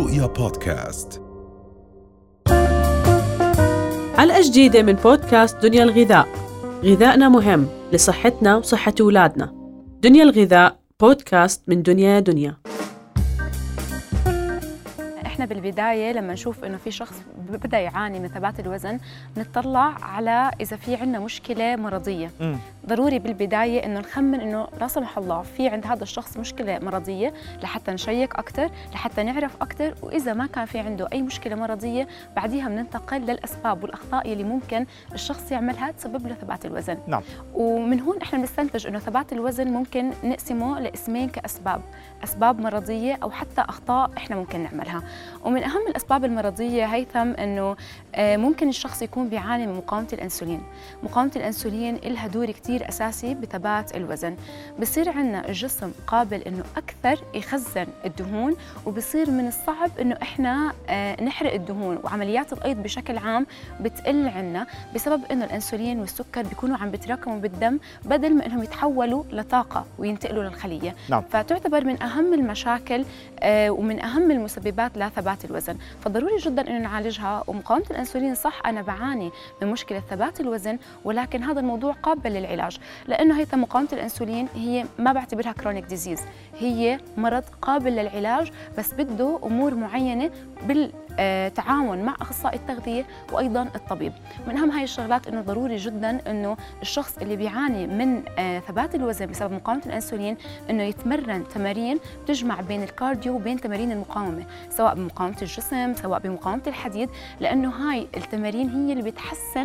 رؤيا بودكاست. حلقة جديدة من بودكاست دنيا الغذاء. غذائنا مهم لصحتنا وصحة أولادنا. دنيا الغذاء بودكاست من دنيا. احنا بالبداية لما نشوف انه في شخص بدأ يعاني من ثبات الوزن نطلع على اذا في عندنا مشكلة مرضية. ضروري بالبداية انه نخمن انه لا سمح الله في عند هذا الشخص مشكلة مرضية لحتى نشيك اكثر، لحتى نعرف اكثر، واذا ما كان في عنده اي مشكلة مرضية بعديها بننتقل للاسباب والاخطاء اللي ممكن الشخص يعملها تسبب له ثبات الوزن. نعم. ومن هون احنا بنستنتج انه ثبات الوزن ممكن نقسمه لاسمين اسباب مرضية او حتى اخطاء احنا ممكن نعملها. ومن أهم الأسباب المرضية هيثم أنه ممكن الشخص يكون بيعاني من مقاومة الأنسولين. مقاومة الأنسولين إلها دور كتير أساسي بثبات الوزن. بصير عندنا الجسم قابل أنه أكثر يخزن الدهون، وبصير من الصعب أنه إحنا نحرق الدهون، وعمليات الأيض بشكل عام بتقل عنا بسبب أنه الأنسولين والسكر بيكونوا عم بيتراكموا بالدم بدل ما أنهم يتحولوا لطاقة وينتقلوا للخلية. نعم. فتعتبر من أهم المشاكل ومن أهم المسببات لثبات الوزن، فضروري جدا انه نعالجها. ومقاومه الانسولين صح انا بعاني من مشكله ثبات الوزن، ولكن هذا الموضوع قابل للعلاج، لانه هي مقاومه الانسولين هي ما بعتبرها كرونيك ديزيز، هي مرض قابل للعلاج، بس بده امور معينه بالتعاون مع اخصائي التغذيه وايضا الطبيب. من اهم هاي الشغلات انه ضروري جدا انه الشخص اللي بيعاني من ثبات الوزن بسبب مقاومه الانسولين انه يتمرن تمارين تجمع بين الكارديو وبين تمارين المقاومه، سواء بمقاومه الجسم سواء بمقاومه الحديد، لانه هاي التمارين هي اللي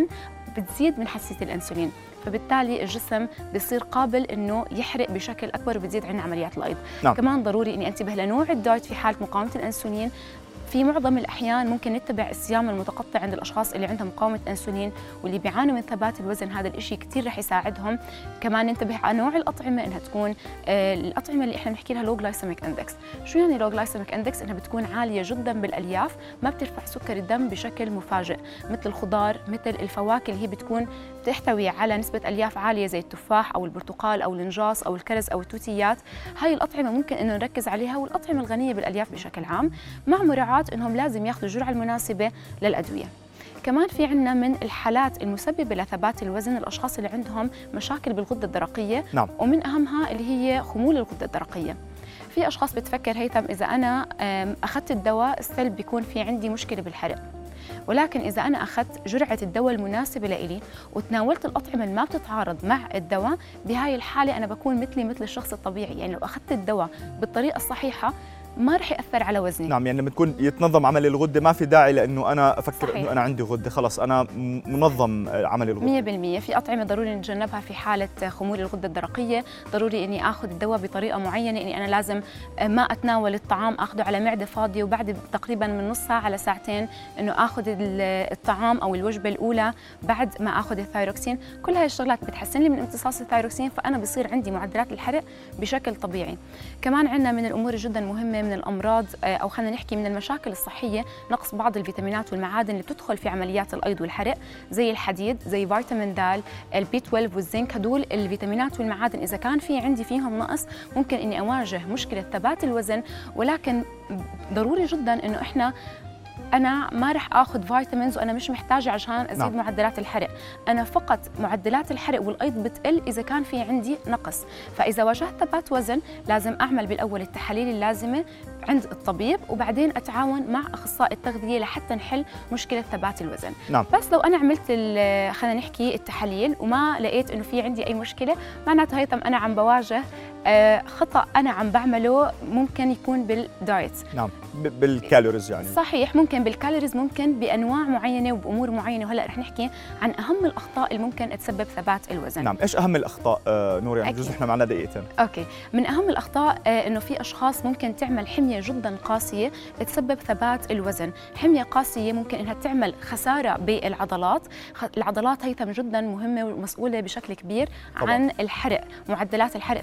بتزيد من حساسيه الانسولين، فبالتالي الجسم بيصير قابل انه يحرق بشكل اكبر وبتزيد عندنا عمليات الايض. نعم. كمان ضروري اني انتبه لنوع الدايت في حاله مقاومه الانسولين. في معظم الأحيان ممكن نتبع الصيام المتقطع عند الأشخاص اللي عندهم مقاومة أنسولين واللي بيعانوا من ثبات الوزن، هذا الإشي كتير رح يساعدهم. كمان ننتبه على نوع الأطعمة، إنها تكون الأطعمة اللي إحنا بنحكي لها لو جلايسيميك إندكس. شو يعني لو جلايسيميك إندكس؟ إنها بتكون عالية جدا بالألياف، ما بترفع سكر الدم بشكل مفاجئ، مثل الخضار، مثل الفواكه اللي هي بتكون بتحتوي على نسبة ألياف عالية زي التفاح أو البرتقال أو الإنجاص أو الكرز أو التوتيات. هاي الأطعمة ممكن إنه نركز عليها، والأطعمة الغنية بالألياف بشكل عام، مع مراعاة إنهم لازم ياخذوا الجرعة المناسبة للأدوية. كمان في عنا من الحالات المسببة لثبات الوزن الأشخاص اللي عندهم مشاكل بالغدة الدرقية. نعم. ومن أهمها اللي هي خمول الغدة الدرقية. في أشخاص بتفكر هيثم إذا أنا أخذت الدواء السلب بيكون في عندي مشكلة بالحرق، ولكن إذا أنا أخذت جرعة الدواء المناسبة لإلي وتناولت الأطعمة اللي ما بتتعارض مع الدواء، بهاي الحالة أنا بكون مثل الشخص الطبيعي. يعني لو أخذت الدواء بالطريقة الصحيحة ما رح يأثر على وزني. نعم. يعني لما تكون يتنظم عمل الغدة ما في داعي لأنه أنا أفكر صحيح. إنه أنا عندي غدة، خلص أنا منظم عمل الغدة 100%. في أطعمة ضروري نتجنبها في حالة خمول الغدة الدرقية. ضروري إني أخذ الدواء بطريقة معينة، إني أنا لازم ما أتناول الطعام أخذه على معدة فاضية، وبعد تقريبا من نص ساعة على ساعتين إنه أخذ الطعام أو الوجبة الأولى بعد ما أخذ الثايروكسين. كل هاي الشغلات بتحسن لي من امتصاص الثايروكسين، فأنا بصير عندي معدلات الحرق بشكل طبيعي. كمان عندنا من الأمور جدا مهمة من الأمراض أو خلينا نحكي من المشاكل الصحية نقص بعض الفيتامينات والمعادن اللي بتدخل في عمليات الأيض والحرق، زي الحديد، زي فيتامين د، البي 12 والزنك. هدول الفيتامينات والمعادن إذا كان في عندي فيهم نقص ممكن إني أواجه مشكلة ثبات الوزن. ولكن ضروري جدا إنه أنا ما رح آخذ فيتامينز وأنا مش محتاجة عشان أزيد نعم. معدلات الحرق. أنا فقط معدلات الحرق والأيض بتقل إذا كان في عندي نقص. فإذا واجهت ثبات وزن لازم أعمل بالأول التحاليل اللازمة عند الطبيب، وبعدين أتعاون مع أخصائي التغذية لحتى نحل مشكلة ثبات الوزن. نعم. بس لو أنا عملت خلينا نحكي التحاليل وما لقيت إنه في عندي أي مشكلة، معناته هيثم أنا عم بواجه خطأ أنا عم بعمله، ممكن يكون بالدايت. نعم. بالكالوريز يعني. صحيح، ممكن بالكالوريز، ممكن بأنواع معينة وبأمور معينة. وهلأ رح نحكي عن أهم الأخطاء اللي ممكن تسبب ثبات الوزن. نعم. إيش أهم الأخطاء نور؟ يعني جزء إحنا معنا دقيقتين. أوكي. من أهم الأخطاء إنه في أشخاص ممكن تعمل حمية جدا قاسية تسبب ثبات الوزن. حمية قاسية ممكن إنها تعمل خسارة بالعضلات. العضلات هيثم جدا مهمة ومسؤولة بشكل كبير طبعا عن الحرق، معدلات الحرق في الجسم.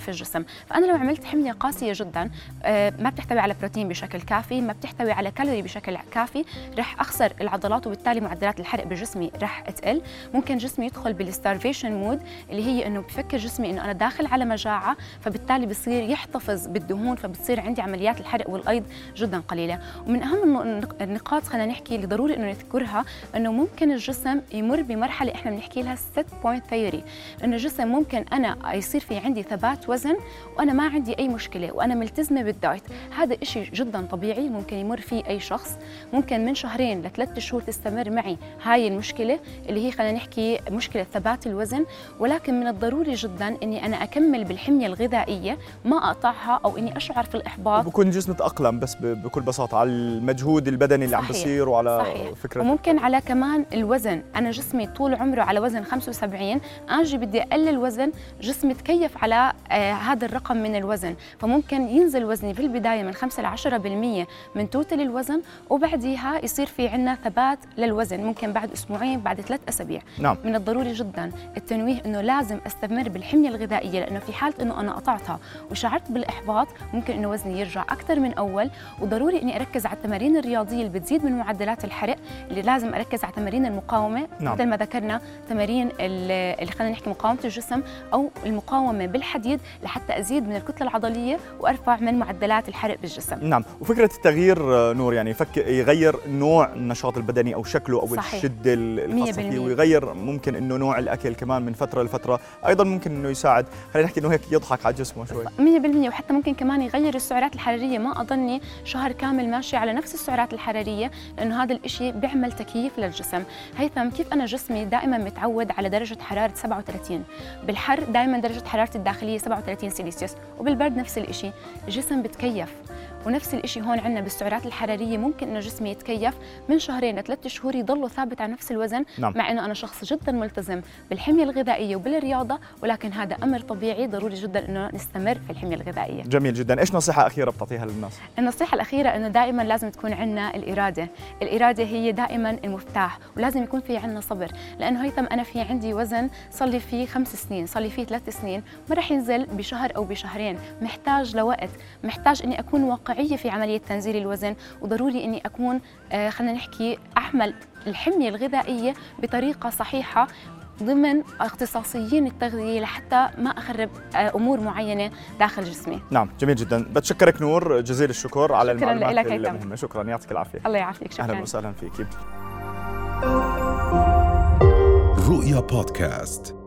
الجسم. فانا لو عملت حميه قاسيه جدا ما بتحتوي على بروتين بشكل كافي، ما بتحتوي على كالوري بشكل كافي، رح اخسر العضلات وبالتالي معدلات الحرق بجسمي رح تقل. ممكن جسمي يدخل بالستارفيشن مود اللي هي انه بفكر جسمي انه انا داخل على مجاعه، فبالتالي بصير يحتفظ بالدهون، فبتصير عندي عمليات الحرق والايض جدا قليله. ومن اهم النقاط خلينا نحكي اللي ضروري انه نذكرها انه ممكن الجسم يمر بمرحله احنا بنحكي لها ست بوينت ثيوري، انه الجسم ممكن انا يصير في عندي ثبات وزن وانا ما عندي اي مشكله وانا ملتزمه بالدايت. هذا إشي جدا طبيعي ممكن يمر فيه اي شخص. ممكن من شهرين ل3 شهور تستمر معي هاي المشكله اللي هي خلينا نحكي مشكله ثبات الوزن، ولكن من الضروري جدا اني انا اكمل بالحميه الغذائيه ما اقطعها او اني اشعر في الاحباط. بكون جسمي تاقلم بس بكل بساطه على المجهود البدني اللي عم بصير وعلى صحيح. فكره. وممكن على كمان الوزن، انا جسمي طول عمره على وزن 75، اجي بدي اقلل وزن، جسمي تكيف على هذا الرقم من الوزن، فممكن ينزل وزني في البدايه من 5 ل 10% من توتال الوزن، وبعديها يصير في عندنا ثبات للوزن ممكن بعد اسبوعين بعد 3 أسابيع. نعم. من الضروري جدا التنويه انه لازم استمر بالحميه الغذائيه، لانه في حاله انه انا قطعتها وشعرت بالاحباط ممكن انه وزني يرجع اكثر من اول. وضروري اني اركز على التمارين الرياضيه اللي بتزيد من معدلات الحرق، اللي لازم اركز على تمارين المقاومه. نعم. مثل ما ذكرنا تمارين اللي خلينا نحكي مقاومه الجسم او المقاومه بالحديد لحتى ازيد من الكتله العضليه وارفع من معدلات الحرق بالجسم. نعم. وفكره التغيير نور يعني يغير نوع النشاط البدني او شكله او صحيح. الشده الخاصه فيه، ويغير ممكن انه نوع الاكل كمان من فتره لفتره، ايضا ممكن انه يساعد خلينا نحكي انه هيك يضحك على جسمه شوي 100%. وحتى ممكن كمان يغير السعرات الحراريه، ما اضلني شهر كامل ماشي على نفس السعرات الحراريه، لانه هذا الشيء بيعمل تكييف للجسم. هيثم كيف انا جسمي دائما متعود على درجه حراره 37، بالحر دائما درجه حرارتي الداخليه 37 سيليسيوس، وبالبرد نفس الشيء، الجسم بتكيف. ونفس الشيء هون عندنا بالسعرات الحراريه، ممكن انه جسمي يتكيف من شهرين ل3 شهور يضله ثابت على نفس الوزن. نعم. مع انه انا شخص جدا ملتزم بالحميه الغذائيه وبالرياضه، ولكن هذا امر طبيعي ضروري جدا انه نستمر في الحميه الغذائيه. جميل جدا. ايش نصيحه اخيره بتعطيها للناس؟ النصيحه الاخيره انه دائما لازم تكون عندنا الاراده، الاراده هي دائما المفتاح، ولازم يكون في عندنا صبر، لانه هيثم انا في عندي وزن صار لي فيه 5 سنين، صار لي فيه 3 سنين، ما راح ينزل بشهر او بشهرين، محتاج لوقت، محتاج اني اكون واقعيه في عمليه تنزيل الوزن، وضروري اني اكون خلينا نحكي احمل الحميه الغذائيه بطريقه صحيحه ضمن اختصاصيين التغذيه لحتى ما اخرب امور معينه داخل جسمي. نعم جميل جدا. بتشكرك نور جزيل الشكر على المعلومات المهمه. شكرا، يعطيك العافيه. الله يعافيك. شكرا. اهلا وسهلا فيك. رؤيا بودكاست.